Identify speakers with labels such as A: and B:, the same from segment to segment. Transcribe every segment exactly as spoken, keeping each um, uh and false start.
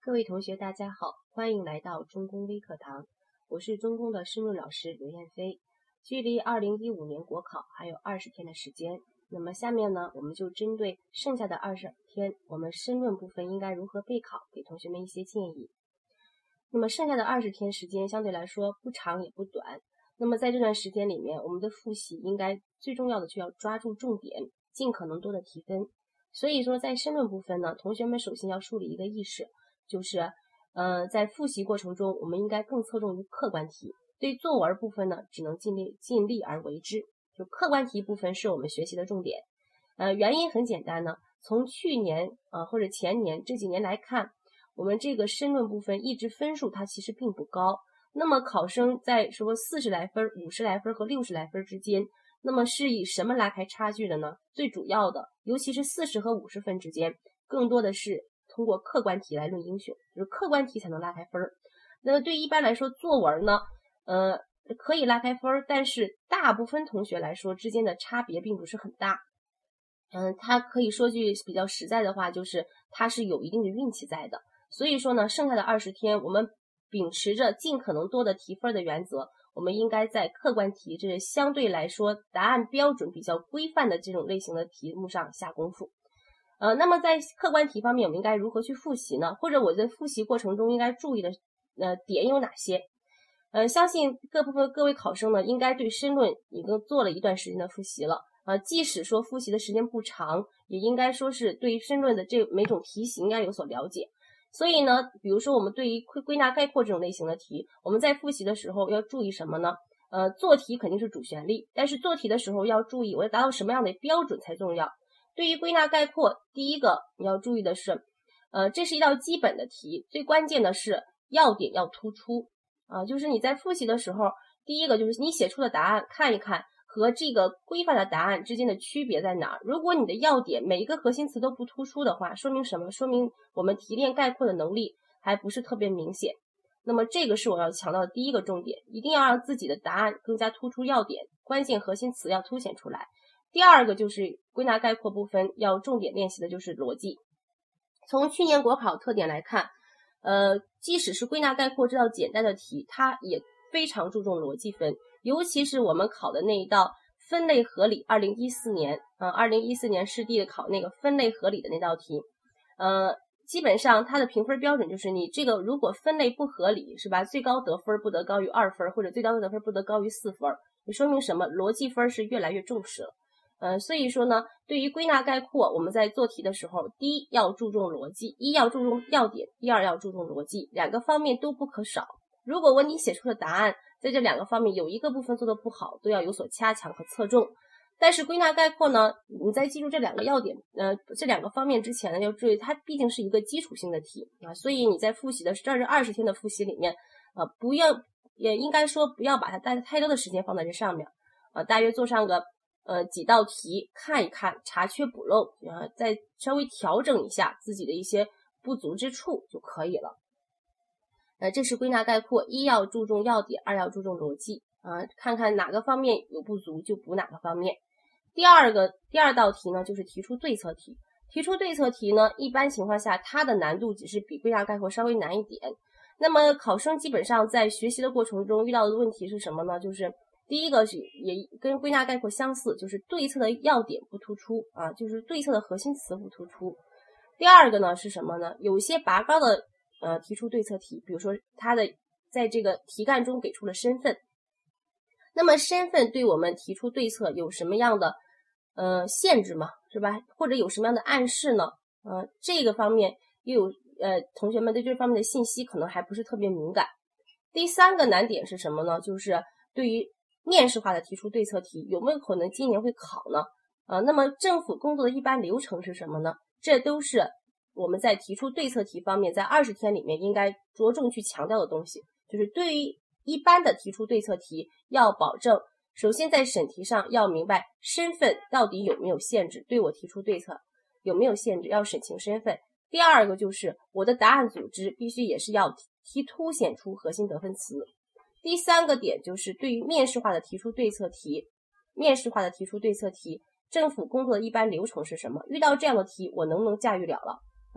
A: 各位同学大家好，欢迎来到中公微课堂，我是中公的申论老师刘艳飞。距离二零一五年国考还有二十天的时间，那么下面呢，我们就针对剩下的二十天，我们申论部分应该如何备考，给同学们一些建议。那么剩下的二十天时间相对来说不长也不短，那么在这段时间里面，我们的复习应该最重要的就要抓住重点，尽可能多的提分。所以说在申论部分呢，同学们首先要树立一个意识，就是呃，在复习过程中，我们应该更侧重于客观题。对作文部分呢，只能尽力尽力而为之。就客观题部分是我们学习的重点。呃，原因很简单呢，从去年啊、呃、或者前年这几年来看，我们这个申论部分一直分数它其实并不高。那么考生在说四十来分、五十来分和六十来分之间，那么是以什么拉开差距的呢？最主要的，尤其是四十和五十分之间，更多的是通过客观题来论英雄，就是客观题才能拉开分。那对一般来说，作文呢，呃，可以拉开分，但是大部分同学来说之间的差别并不是很大。嗯，它可以说句比较实在的话，就是它是有一定的运气在的。所以说呢，剩下的二十天，我们秉持着尽可能多的提分的原则，我们应该在客观题这相对来说答案标准比较规范的这种类型的题目上下功夫。呃，那么在客观题方面，我们应该如何去复习呢？或者我在复习过程中应该注意的呃点有哪些？呃，相信各部分各位考生呢，应该对申论已经做了一段时间的复习了。呃，即使说复习的时间不长，也应该说是对申论的这每种题型应该有所了解。所以呢，比如说我们对于归纳概括这种类型的题，我们在复习的时候要注意什么呢？呃，做题肯定是主旋律，但是做题的时候要注意我要达到什么样的标准才重要。对于归纳概括，第一个你要注意的是，呃，这是一道基本的题，最关键的是要点要突出啊、呃，就是你在复习的时候，第一个就是你写出的答案看一看和这个规范的答案之间的区别在哪儿。如果你的要点每一个核心词都不突出的话，说明什么？说明我们提炼概括的能力还不是特别明显。那么这个是我要强调的第一个重点，一定要让自己的答案更加突出要点，关键核心词要凸显出来。第二个就是归纳概括部分要重点练习的就是逻辑。从去年国考特点来看，呃，即使是归纳概括这道简单的题，它也非常注重逻辑分，尤其是我们考的那一道分类合理，二零一四年，呃，二零一四年试地考那个分类合理的那道题，呃，基本上它的评分标准就是你这个如果分类不合理，是吧？最高得分不得高于二分，或者最高得分不得高于四分，也说明什么？逻辑分是越来越重视了。呃，所以说呢，对于归纳概括，我们在做题的时候，第一要注重逻辑，一要注重要点，第二要注重逻辑，两个方面都不可少。如果问你写出的答案在这两个方面有一个部分做得不好，都要有所加强和侧重。但是归纳概括呢，你在记住这两个要点，呃，这两个方面之前呢，要注意它毕竟是一个基础性的题啊，所以你在复习的这是二十天的复习里面，呃，不要也应该说不要把它带太多的时间放在这上面，呃，大约做上个。呃，几道题看一看，查缺补漏，啊，再稍微调整一下自己的一些不足之处就可以了。呃，这是归纳概括，一要注重要点，二要注重逻辑，啊，看看哪个方面有不足就补哪个方面。第二个第二道题呢，就是提出对策题。提出对策题呢，一般情况下它的难度只是比归纳概括稍微难一点。那么考生基本上在学习的过程中遇到的问题是什么呢？就是第一个是也跟归纳概括相似，就是对策的要点不突出啊，就是对策的核心词不突出。第二个呢是什么呢？有些拔高的呃提出对策题，比如说它的在这个题干中给出了身份，那么身份对我们提出对策有什么样的呃限制吗？是吧？或者有什么样的暗示呢？呃，这个方面又有呃同学们对这方面的信息可能还不是特别敏感。第三个难点是什么呢？就是对于面试化的提出对策题有没有可能今年会考呢？呃，那么政府工作的一般流程是什么呢？这都是我们在提出对策题方面，在二十天里面应该着重去强调的东西。就是对于一般的提出对策题，要保证首先在审题上要明白身份到底有没有限制，对我提出对策有没有限制，要审清身份。第二个就是我的答案组织必须也是要提凸显出核心得分词。第三个点就是对于面试化的提出对策题，面试化的提出对策题，政府工作的一般流程是什么？遇到这样的题，我能不能驾驭了了？呃，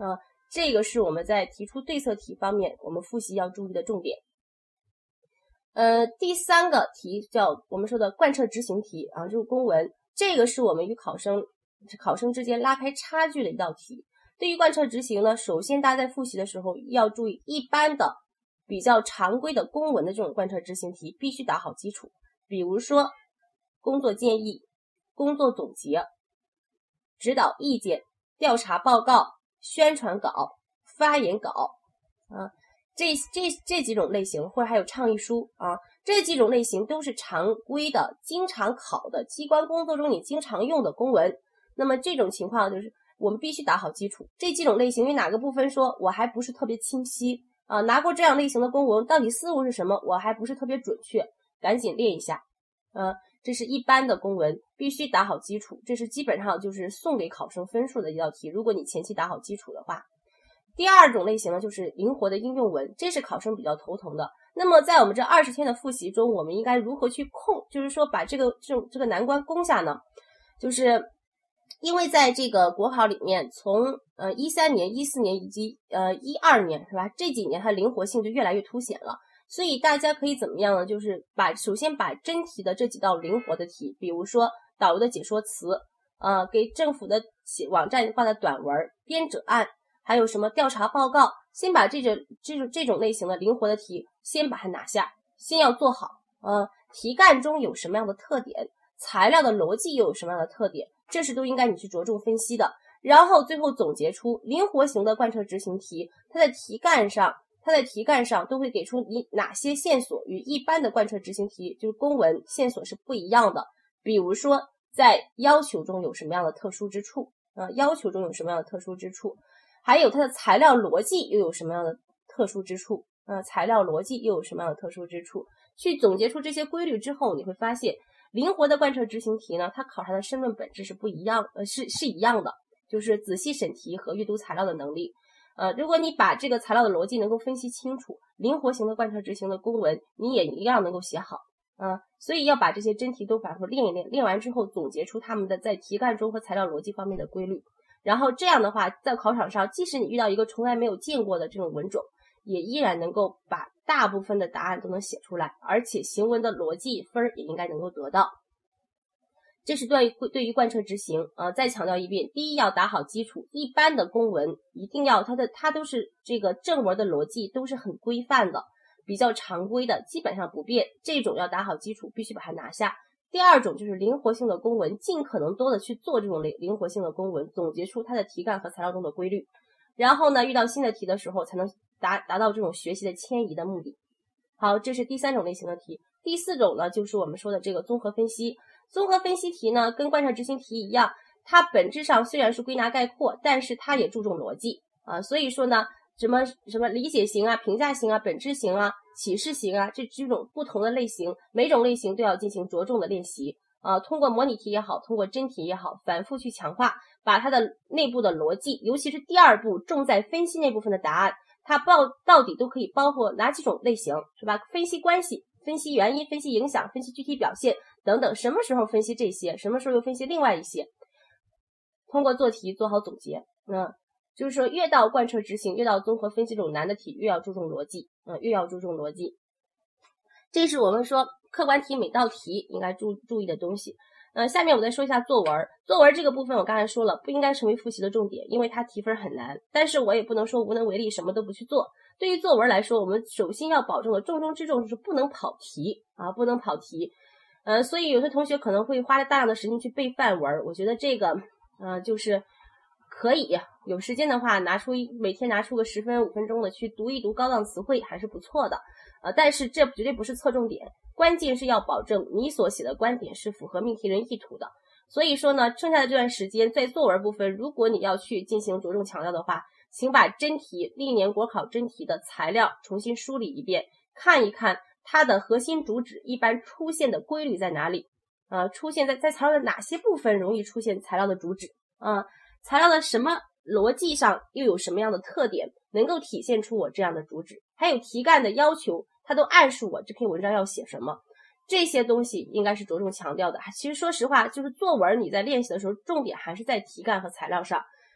A: 这个是我们在提出对策题方面我们复习要注意的重点。呃，第三个题叫我们说的贯彻执行题啊，就是公文，这个是我们与考生考生之间拉开差距的一道题。对于贯彻执行呢，首先大家在复习的时候要注意，一般的比较常规的公文的这种贯彻执行题必须打好基础，比如说工作建议、工作总结、指导意见、调查报告、宣传稿、发言稿啊，这这这几种类型，或者还有倡议书啊，这几种类型都是常规的、经常考的机关工作中你经常用的公文。那么这种情况就是我们必须打好基础。这几种类型，因为哪个部分说我还不是特别清晰啊，拿过这样类型的公文，到底思路是什么，我还不是特别准确，赶紧练一下。啊，这是一般的公文，必须打好基础，这是基本上就是送给考生分数的一道题，如果你前期打好基础的话。第二种类型呢，就是灵活的应用文，这是考生比较头疼的。那么在我们这二十天的复习中，我们应该如何去控，就是说把这个这种这个难关攻下呢？就是因为在这个国考里面，从呃一三年、一四年以及呃一二年是吧？这几年它灵活性就越来越凸显了。所以大家可以怎么样呢？就是把首先把真题的这几道灵活的题，比如说导游的解说词，呃，给政府的网站挂的短文、编者案，还有什么调查报告，先把这种这种这种类型的灵活的题先把它拿下，先要做好。呃，题干中有什么样的特点，材料的逻辑又有什么样的特点，这是都应该你去着重分析的。然后最后总结出灵活型的贯彻执行题，它在题干上。它在题干上都会给出你哪些线索与一般的贯彻执行题，就是公文线索是不一样的。比如说在要求中有什么样的特殊之处啊、呃？要求中有什么样的特殊之处？还有它的材料逻辑又有什么样的特殊之处啊、呃？材料逻辑又有什么样的特殊之处？去总结出这些规律之后，你会发现灵活的贯彻执行题呢，它考察的申论本质是不一样，呃，是是一样的，就是仔细审题和阅读材料的能力。呃，如果你把这个材料的逻辑能够分析清楚，灵活型的贯彻执行的公文你也一样能够写好啊、呃。所以要把这些真题都反复练一练，练完之后总结出他们的在题干中和材料逻辑方面的规律，然后这样的话，在考场上，即使你遇到一个从来没有见过的这种文种，也依然能够把大部分的答案都能写出来，而且行文的逻辑分也应该能够得到。这是对于对于贯彻执行啊、呃，再强调一遍，第一要打好基础，一般的公文一定要它的它都是这个正文的逻辑都是很规范的，比较常规的，基本上不变，这种要打好基础，必须把它拿下。第二种就是灵活性的公文，尽可能多的去做这种灵活性的公文，总结出它的题干和材料中的规律，然后呢，遇到新的题的时候才能达达到这种学习的迁移的目的。好，这是第三种类型的题。第四种呢，就是我们说的这个综合分析。综合分析题呢，跟贯彻执行题一样，它本质上虽然是归纳概括，但是它也注重逻辑啊。所以说呢，什么什么理解型啊、评价型啊、本质型啊、启示型啊，这几种不同的类型，每种类型都要进行着重的练习啊。通过模拟题也好，通过真题也好，反复去强化，把它的内部的逻辑，尤其是第二步重在分析那部分的答案，它报到底都可以包括哪几种类型，是吧？分析关系、分析原因、分析影响、分析具体表现等等，什么时候分析这些，什么时候又分析另外一些，通过做题做好总结。嗯，就是说越到贯彻执行，越到综合分析这种难的题，越要注重逻辑，嗯，越要注重逻辑。这是我们说客观题每道题应该注注意的东西。呃，下面我再说一下作文。作文这个部分我刚才说了，不应该成为复习的重点，因为它题分很难，但是我也不能说无能为力，什么都不去做。对于作文来说，我们首先要保证的重中之重就是不能跑题啊，不能跑题。呃，所以有些同学可能会花了大量的时间去背范文，我觉得这个呃就是可以有时间的话拿出每天拿出个十分五分钟的去读一读高档词汇还是不错的。呃，但是这绝对不是侧重点，关键是要保证你所写的观点是符合命题人意图的。所以说呢，剩下的这段时间在作文部分，如果你要去进行着重强调的话，请把真题历年国考真题的材料重新梳理一遍，看一看它的核心主旨一般出现的规律在哪里，呃，出现在在材料的哪些部分容易出现材料的主旨啊、呃，材料的什么逻辑上又有什么样的特点能够体现出我这样的主旨，还有题干的要求它都暗示我这篇文章要写什么，这些东西应该是着重强调的。其实说实话，就是作文你在练习的时候重点还是在题干和材料上，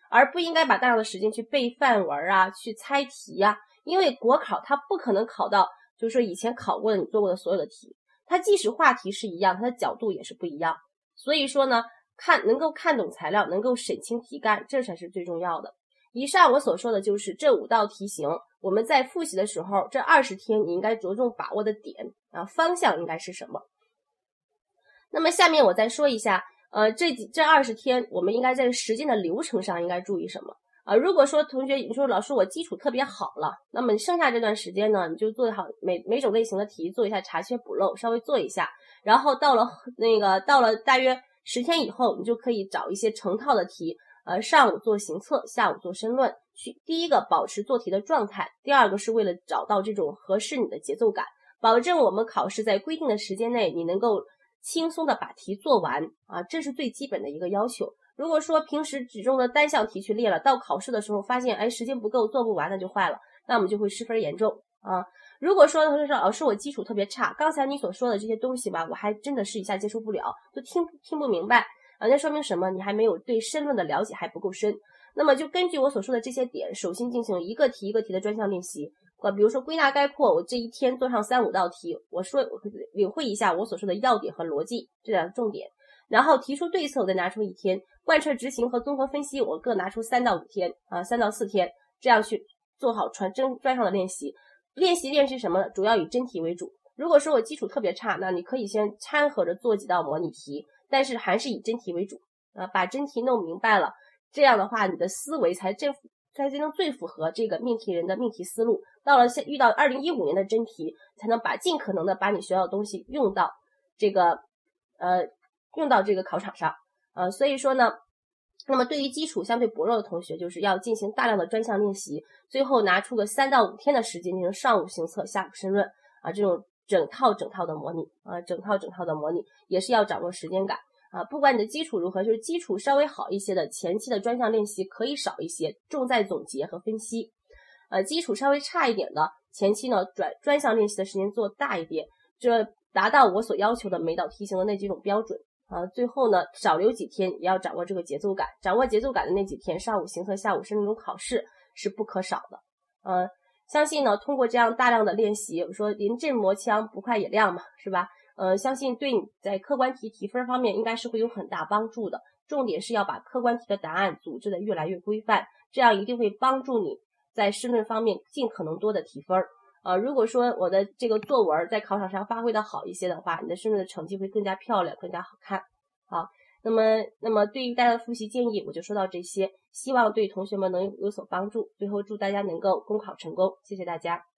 A: 而不应该把大量的时间去背范文啊，去猜题呀、啊。因为国考它不可能考到就是说以前考过的你做过的所有的题，它即使话题是一样，它的角度也是不一样。所以说呢，看能够看懂材料，能够审清题干，这才是最重要的。以上我所说的就是这五道题型，我们在复习的时候，这二十天你应该着重把握的点啊，方向应该是什么。那么下面我再说一下，呃，这几这二十天我们应该在实践的流程上应该注意什么啊？如果说同学你说老师我基础特别好了，那么你剩下这段时间呢，你就做好每每种类型的题做一下查缺补漏，稍微做一下，然后到了那个到了大约十天以后，你就可以找一些成套的题，呃，上午做行测，下午做申论，去第一个保持做题的状态，第二个是为了找到这种合适你的节奏感，保证我们考试在规定的时间内你能够轻松的把题做完啊，这是最基本的一个要求。如果说平时只中的单项题去列了，到考试的时候发现哎时间不够做不完，那就坏了，那我们就会失分严重啊。如果说同学说老师我基础特别差，刚才你所说的这些东西吧，我还真的是一下接受不了，都听听不明白啊，那说明什么？你还没有对申论的了解还不够深。那么就根据我所说的这些点，首先进行一个题一个题的专项练习。呃，比如说归纳概括，我这一天做上三五道题，我说我领会一下我所说的要点和逻辑，这两个重点。然后提出对策，我再拿出一天，贯彻执行和综合分析，我各拿出三到五天啊，三到四天，这样去做好传真专项的练习。练习练习什么呢？主要以真题为主。如果说我基础特别差，那你可以先掺和着做几道模拟题，但是还是以真题为主啊，把真题弄明白了，这样的话你的思维才正才真正最符合这个命题人的命题思路。到了遇到二零一五年的真题，才能把尽可能的把你学到的东西用到这个呃用到这个考场上。呃，所以说呢，那么对于基础相对薄弱的同学，就是要进行大量的专项练习，最后拿出个三到五天的时间进行上午行测，下午申论啊，这种整套整套的模拟啊，整套整套的模拟也是要掌握时间感啊。不管你的基础如何，就是基础稍微好一些的，前期的专项练习可以少一些，重在总结和分析。呃，基础稍微差一点的，前期呢专专项练习的时间做大一点，这达到我所要求的每道题型的那几种标准啊。最后呢，少留几天，也要掌握这个节奏感，掌握节奏感的那几天，上午行测，下午申论中考试是不可少的。呃，相信呢，通过这样大量的练习，我说临阵磨枪，不快也亮嘛，是吧？呃，相信对你在客观题提分方面应该是会有很大帮助的。重点是要把客观题的答案组织的越来越规范，这样一定会帮助你在申论方面尽可能多的提分。呃，如果说我的这个作文在考场上发挥的好一些的话，你的申论的成绩会更加漂亮，更加好看。好，那么那么对于大家的复习建议，我就说到这些，希望对同学们能有所帮助。最后祝大家能够公考成功，谢谢大家。